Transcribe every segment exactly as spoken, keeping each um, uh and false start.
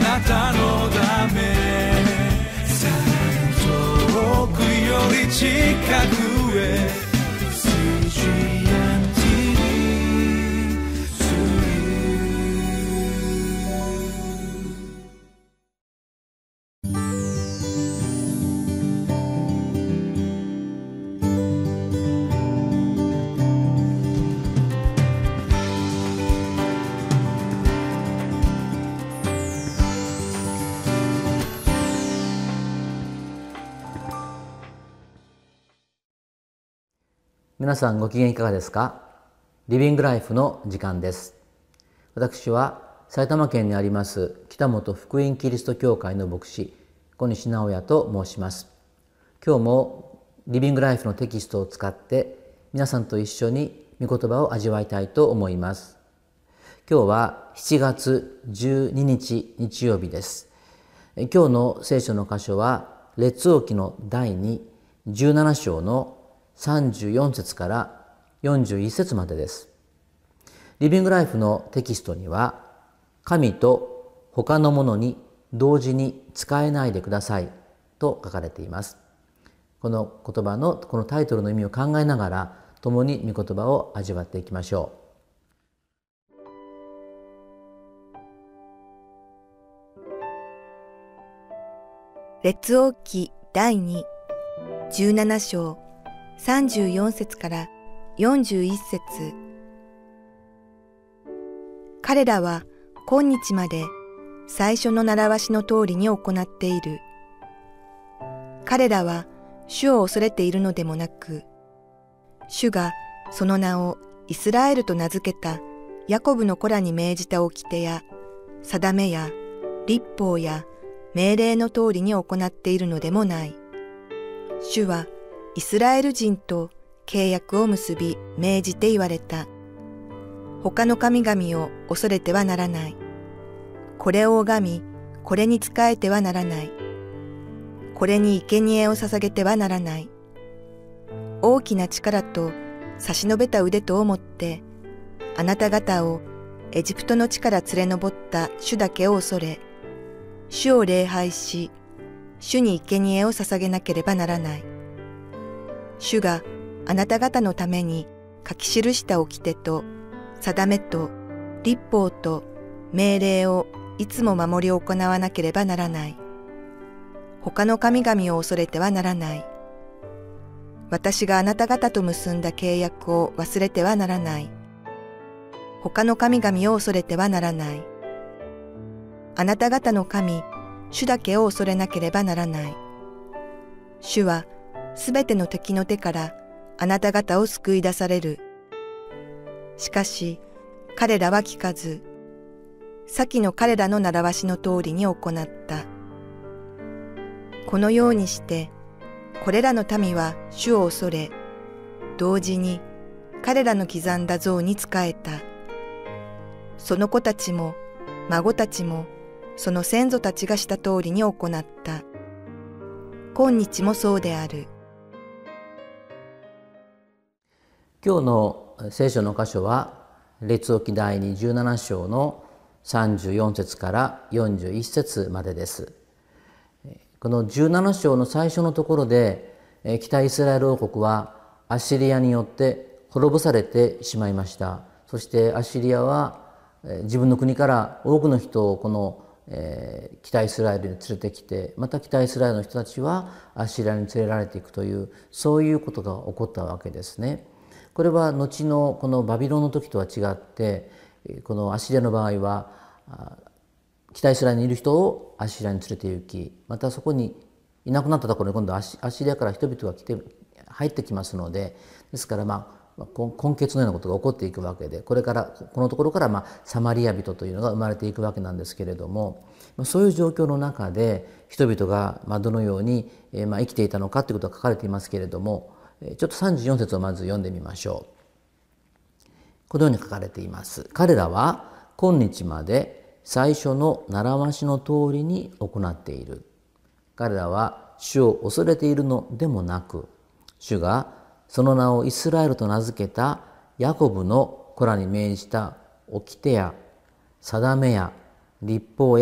なたのためさらに遠くより近くへ皆さんご機嫌いかがですか？リビングライフの時間です。私は埼玉県にあります北本福音キリスト教会の牧師小西直也と申します。今日もリビングライフのテキストを使って皆さんと一緒に御言葉を味わいたいと思います。今日はしちがつじゅうににち日曜日です。今日の聖書の箇所は列王記のだいにじゅうななしょうのさんじゅうよんせつからよんじゅういっせつまでです。リビングライフのテキストには、神と他のものに同時に使えないでくださいと書かれています。この言葉のこのタイトルの意味を考えながら共に御言葉を味わっていきましょう。列王記だいにじゅうななしょうさんじゅうよんせつからよんじゅういっせつ。彼らは今日まで最初の習わしの通りに行っている。彼らは主を恐れているのでもなく、主がその名をイスラエルと名付けたヤコブの子らに命じた掟や定めや律法や命令の通りに行っているのでもない。主はイスラエル人と契約を結び命じて言われた。他の神々を恐れてはならない。これを拝み、これに仕えてはならない。これに生贄を捧げてはならない。大きな力と差し伸べた腕とをもって、あなた方をエジプトの地から連れ上った主だけを恐れ、主を礼拝し、主に生贄を捧げなければならない。主があなた方のために書き記した掟と定めと律法と命令をいつも守り行わなければならない。他の神々を恐れてはならない。私があなた方と結んだ契約を忘れてはならない。他の神々を恐れてはならない。あなた方の神、主だけを恐れなければならない。主はすべての敵の手からあなた方を救い出される。しかし彼らは聞かず、先の彼らの習わしの通りに行った。このようにしてこれらの民は主を恐れ、同時に彼らの刻んだ像に仕えた。その子たちも孫たちもその先祖たちがした通りに行った。今日もそうである。 今日の聖書の箇所は列王記だいにじゅうななしょうのさんじゅうよんせつからよんじゅういっせつまでです。このじゅうななしょうの最初のところで、北イスラエル王国はアッシリアによって滅ぼされてしまいました。そしてアッシリアは自分の国から多くの人をこの北イスラエルに連れてきて、また北イスラエルの人たちはアッシリアに連れられていくという、そういうことが起こったわけですね。これは後のこのバビロンの時とは違って、このアッシリアの場合は北イスラエルにいる人をアッシリアに連れて行き、またそこにいなくなったところに今度アッシリアから人々が来て入ってきますので、ですからまあ根血のようなことが起こっていくわけで、これからこのところからまあサマリア人というのが生まれていくわけなんですけれども、そういう状況の中で人々がまあどのようにまあ生きていたのかということが書かれていますけれども、ちょっとさんじゅうよんせつをまず読んでみましょう。このように書かれています。彼らは今日まで最初の習わしの通りに行っている。彼らは主を恐れているのでもなく、主がその名をイスラエルと名付けたヤコブの子らに命じた掟や定めや律法や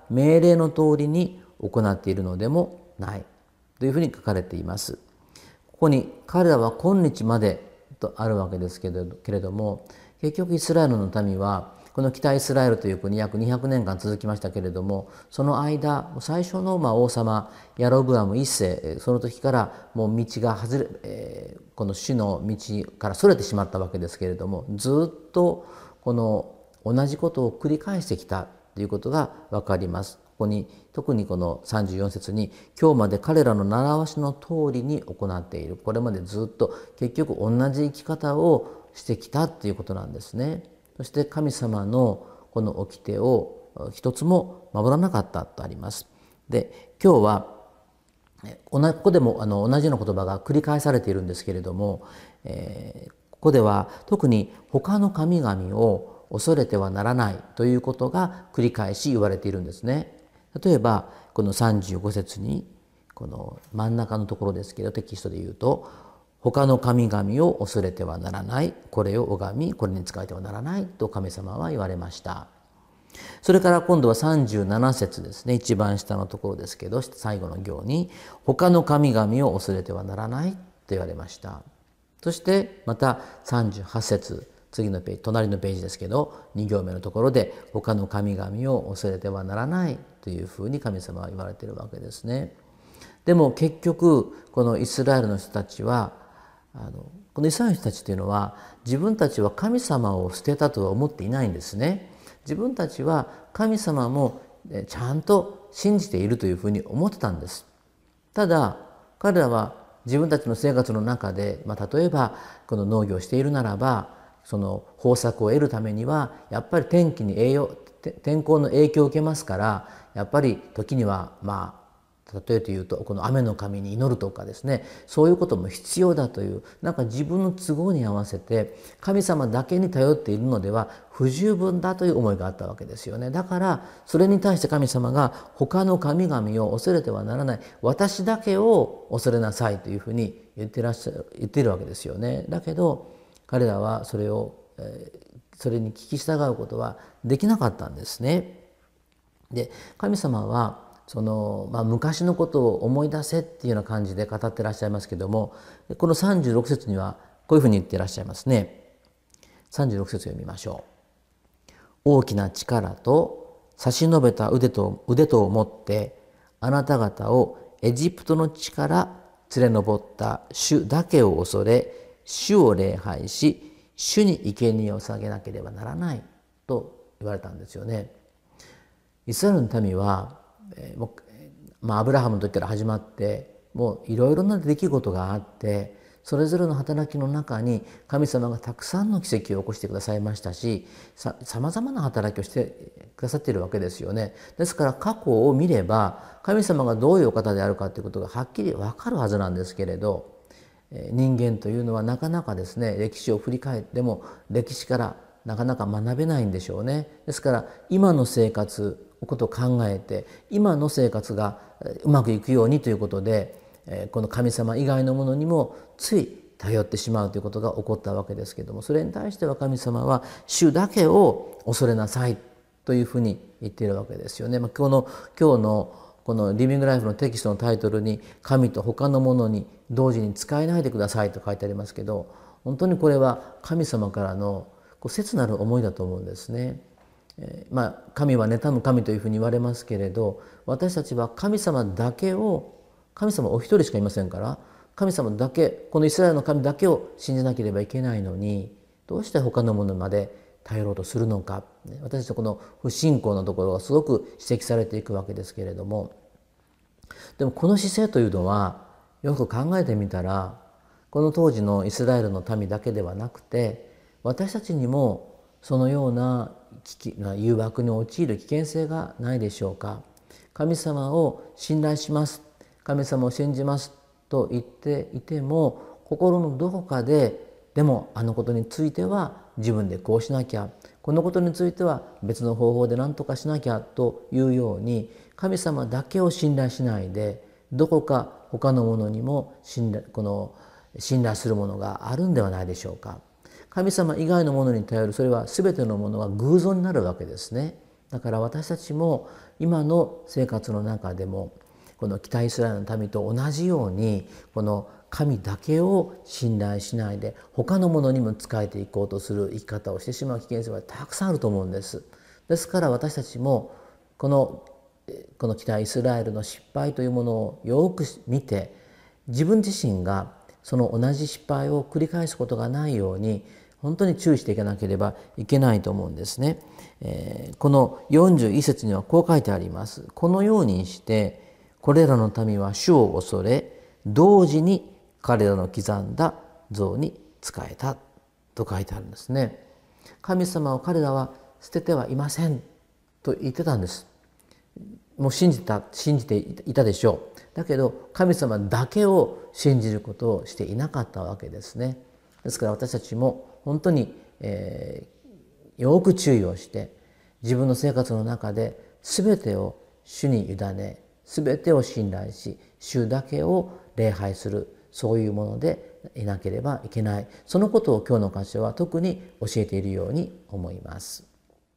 命令の通りに行っているのでもないというふうに書かれています。ここに彼らは今日までとあるわけですけれど、けれども結局イスラエルの民はこの北イスラエルという国約にひゃくねんかん続きましたけれども、その間最初のまあ王様ヤロブアム一世、その時からもう道が外れ、えー、この主の道からそれてしまったわけですけれども、ずっとこの同じことを繰り返してきたということが分かります。ここに特にこのさんじゅうよん節に今日まで彼らの習わしの通りに行っている、これまでずっと結局同じ生き方をしてきたということなんですね。そして神様のこの掟を一つも守らなかったとあります。で、今日はここでもあの同じような言葉が繰り返されているんですけれども、えー、ここでは特に他の神々を恐れてはならないということが繰り返し言われているんですね。例えばこのさんじゅうご節にこの真ん中のところですけど、テキストで言うと他の神々を恐れてはならない、これを拝みこれに仕えてはならないと神様は言われました。それから今度はさんじゅうなな節ですね、一番下のところですけど、最後の行に他の神々を恐れてはならないと言われました。そしてまたさんじゅうはち節、次のページ、隣のページですけどに行目のところで他の神々を恐れてはならないというふうに神様は言われているわけですね。でも結局このイスラエルの人たちはあのこのイスラエルの人たちというのは自分たちは神様を捨てたとは思っていないんですね。自分たちは神様もちゃんと信じているというふうに思ってたんです。ただ彼らは自分たちの生活の中で、まあ、例えばこの農業をしているならばその豊作を得るためにはやっぱり天気に栄養天候の影響を受けますから、やっぱり時にはまあ例えて言うとこの雨の神に祈るとかですね、そういうことも必要だという、なんか自分の都合に合わせて神様だけに頼っているのでは不十分だという思いがあったわけですよね。だからそれに対して神様が他の神々を恐れてはならない、私だけを恐れなさいというふうに言ってらっしゃる言っているわけですよね。だけど彼らはそれを、えー、それに聞き従うことはできなかったんですね。で、神様はその、まあ、昔のことを思い出せっていうような感じで語ってらっしゃいますけども、このさんじゅうろく節にはこういうふうに言ってらっしゃいますね。さんじゅうろく節読みましょう。大きな力と差し伸べた腕と腕とを持ってあなた方をエジプトの地から連れ上った主だけを恐れ、主を礼拝し主に生贄を捧げなければならないと言われたんですよね。イスラエルの民はえーもうまあ、アブラハムの時から始まってもういろいろな出来事があって、それぞれの働きの中に神様がたくさんの奇跡を起こしてくださいましたし、さまざまな働きをしてくださっているわけですよね。ですから過去を見れば神様がどういうお方であるかということがはっきり分かるはずなんですけれど、えー、人間というのはなかなかですね、歴史を振り返っても歴史からなかなか学べないんでしょうね。ですから今の生活ことを考えて今の生活がうまくいくようにということで、この神様以外のものにもつい頼ってしまうということが起こったわけですけれども、それに対しては神様は主だけを恐れなさいというふうに言っているわけですよね。まあ、この今日のこのリビングライフのテキストのタイトルに神と他のものに同時に仕えないでくださいと書いてありますけど、本当にこれは神様からの切なる思いだと思うんですね。まあ、神は妬む神というふうに言われますけれど、私たちは神様だけを、神様お一人しかいませんから、神様だけ、このイスラエルの神だけを信じなければいけないのに、どうして他のものまで頼ろうとするのか、私たちのこの不信仰のところがすごく指摘されていくわけですけれども、でもこの姿勢というのはよく考えてみたら、この当時のイスラエルの民だけではなくて、私たちにもそのような誘惑に陥る危険性がないでしょうか。神様を信頼します、神様を信じますと言っていても、心のどこかででもあのことについては自分でこうしなきゃ、このことについては別の方法で何とかしなきゃというように、神様だけを信頼しないでどこか他のものにも信頼この信頼するものがあるんではないでしょうか。神様以外のものに頼る、それは全てのものは偶像になるわけですね。 だから私たちも今の生活の中でもこの北イスラエルの民と同じようにこの神だけを信頼しないで他のものにも仕えていこうとする生き方をしてしまう危険性はたくさんあると思うんです。ですから私たちもこのこの北イスラエルの失敗というものをよく見て、自分自身がその同じ失敗を繰り返すことがないように本当に注意していかなければいけないと思うんですね。えー、このよんじゅういっ節にはこう書いてあります。このようにしてこれらの民は主を恐れ、同時に彼らの刻んだ像に仕えたと書いてあるんですね。神様を彼らは捨ててはいませんと言ってたんです。もう信じた信じていたでしょう。だけど神様だけを信じることをしていなかったわけですね。ですから私たちも本当に、えー、よく注意をして自分の生活の中で全てを主に委ね、全てを信頼し、主だけを礼拝する、そういうものでいなければいけない。そのことを今日の箇所は特に教えているように思います。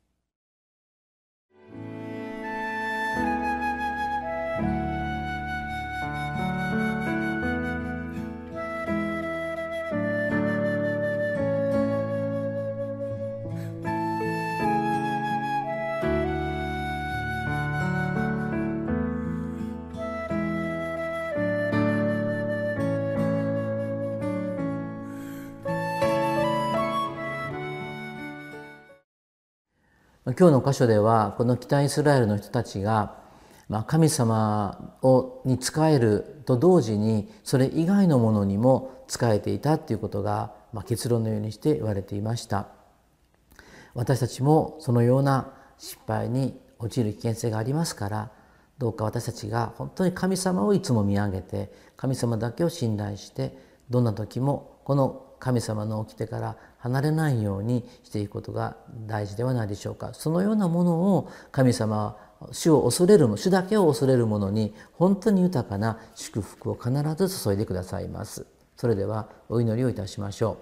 今日の箇所ではこの北イスラエルの人たちが神様をに仕えると同時にそれ以外のものにも仕えていたということが結論のようにして言われていました。私たちもそのような失敗に陥る危険性がありますから、どうか私たちが本当に神様をいつも見上げて神様だけを信頼してどんな時もこの神様の掟から離れないようにしていくことが大事ではないでしょうか。そのようなものを神様は主を恐れる、主だけを恐れるものに本当に豊かな祝福を必ず注いでくださいます。それではお祈りをいたしましょ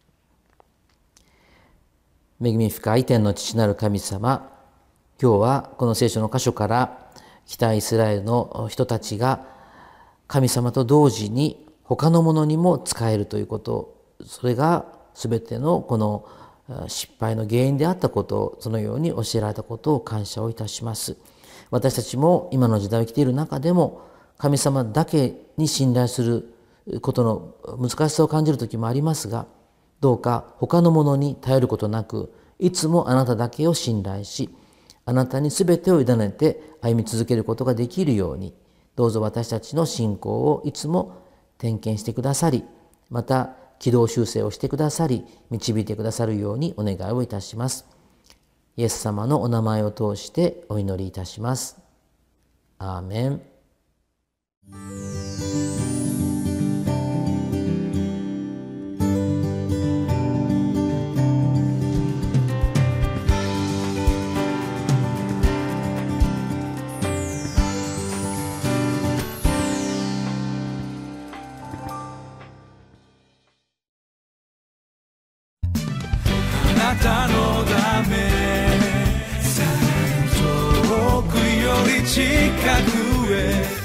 う。恵み深い天の父なる神様、今日はこの聖書の箇所から北イスラエルの人たちが神様と同時に他のものにも仕えるということ、それが全てのこの失敗の原因であったことをそのように教えられたことを感謝をいたします。私たちも今の時代を生きている中でも神様だけに信頼することの難しさを感じる時もありますが、どうか他のものに頼ることなくいつもあなただけを信頼し、あなたに全てを委ねて歩み続けることができるように、どうぞ私たちの信仰をいつも点検してくださり、また軌道修正をしてくださり、導いてくださるようにお願いをいたします。イエス様のお名前を通してお祈りいたします。アーメン。 あなたのため遠くより近くへ